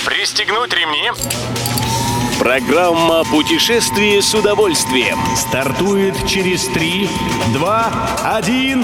Пристегнуть ремни. Программа «Путешествие с удовольствием» стартует через 3, 2, 1...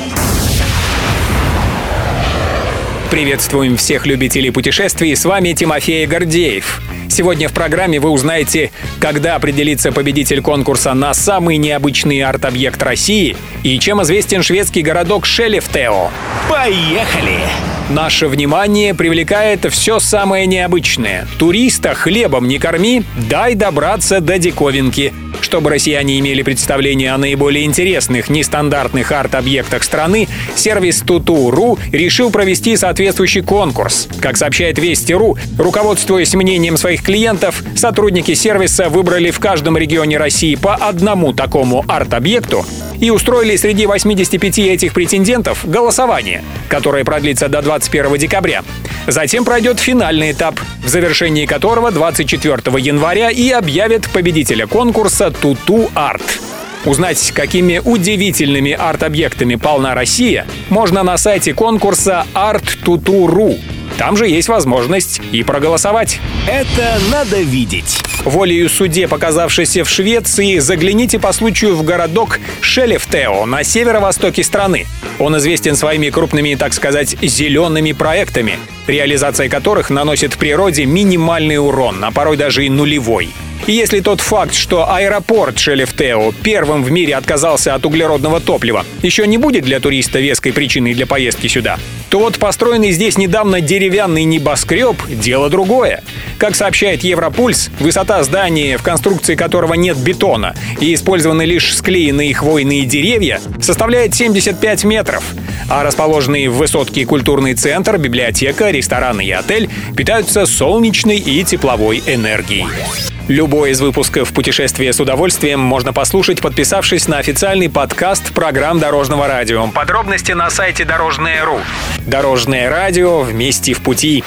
Приветствуем всех любителей путешествий, с вами Тимофей Гордеев. Сегодня в программе вы узнаете, когда определится победитель конкурса на самый необычный арт-объект России и чем известен шведский городок Шеллефтеå. Поехали! Наше внимание привлекает все самое необычное. Туриста хлебом не корми, дай добраться до диковинки. Чтобы россияне имели представление о наиболее интересных, нестандартных арт-объектах страны, сервис Tutu.ru решил провести соответствующий конкурс. Как сообщает Вести.ру, руководствуясь мнением своих клиентов, сотрудники сервиса выбрали в каждом регионе России по одному такому арт-объекту и устроили среди 85 этих претендентов голосование, которое продлится до 21 декабря. Затем пройдет финальный этап, в завершении которого 24 января и объявят победителя конкурса Tutu Art. Узнать, какими удивительными арт-объектами полна Россия, можно на сайте конкурса art.tutu.ru. Там же есть возможность и проголосовать. Это надо видеть. Волею судеб, оказавшейся в Швеции, загляните по случаю в городок Шеллефтеå на северо-востоке страны. Он известен своими крупными, так сказать, зелеными проектами, реализация которых наносит природе минимальный урон, а порой даже и нулевой. И если тот факт, что аэропорт Шеллефтеå первым в мире отказался от углеродного топлива, еще не будет для туриста веской причиной для поездки сюда, то вот построенный здесь недавно деревянный небоскреб – дело другое. Как сообщает Европульс, высота здания, в конструкции которого нет бетона, и использованы лишь склеенные хвойные деревья, составляет 75 метров. А расположенный в высотке культурный центр, библиотека, рестораны и отель питаются солнечной и тепловой энергией. Любой из выпусков «Путешествия с удовольствием» можно послушать, подписавшись на официальный подкаст программ Дорожного радио. Подробности на сайте Дорожное.ру. Дорожное радио, вместе в пути.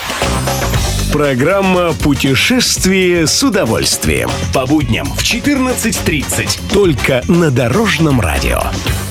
Программа «Путешествие с удовольствием». По будням в 14:30. Только на Дорожном радио.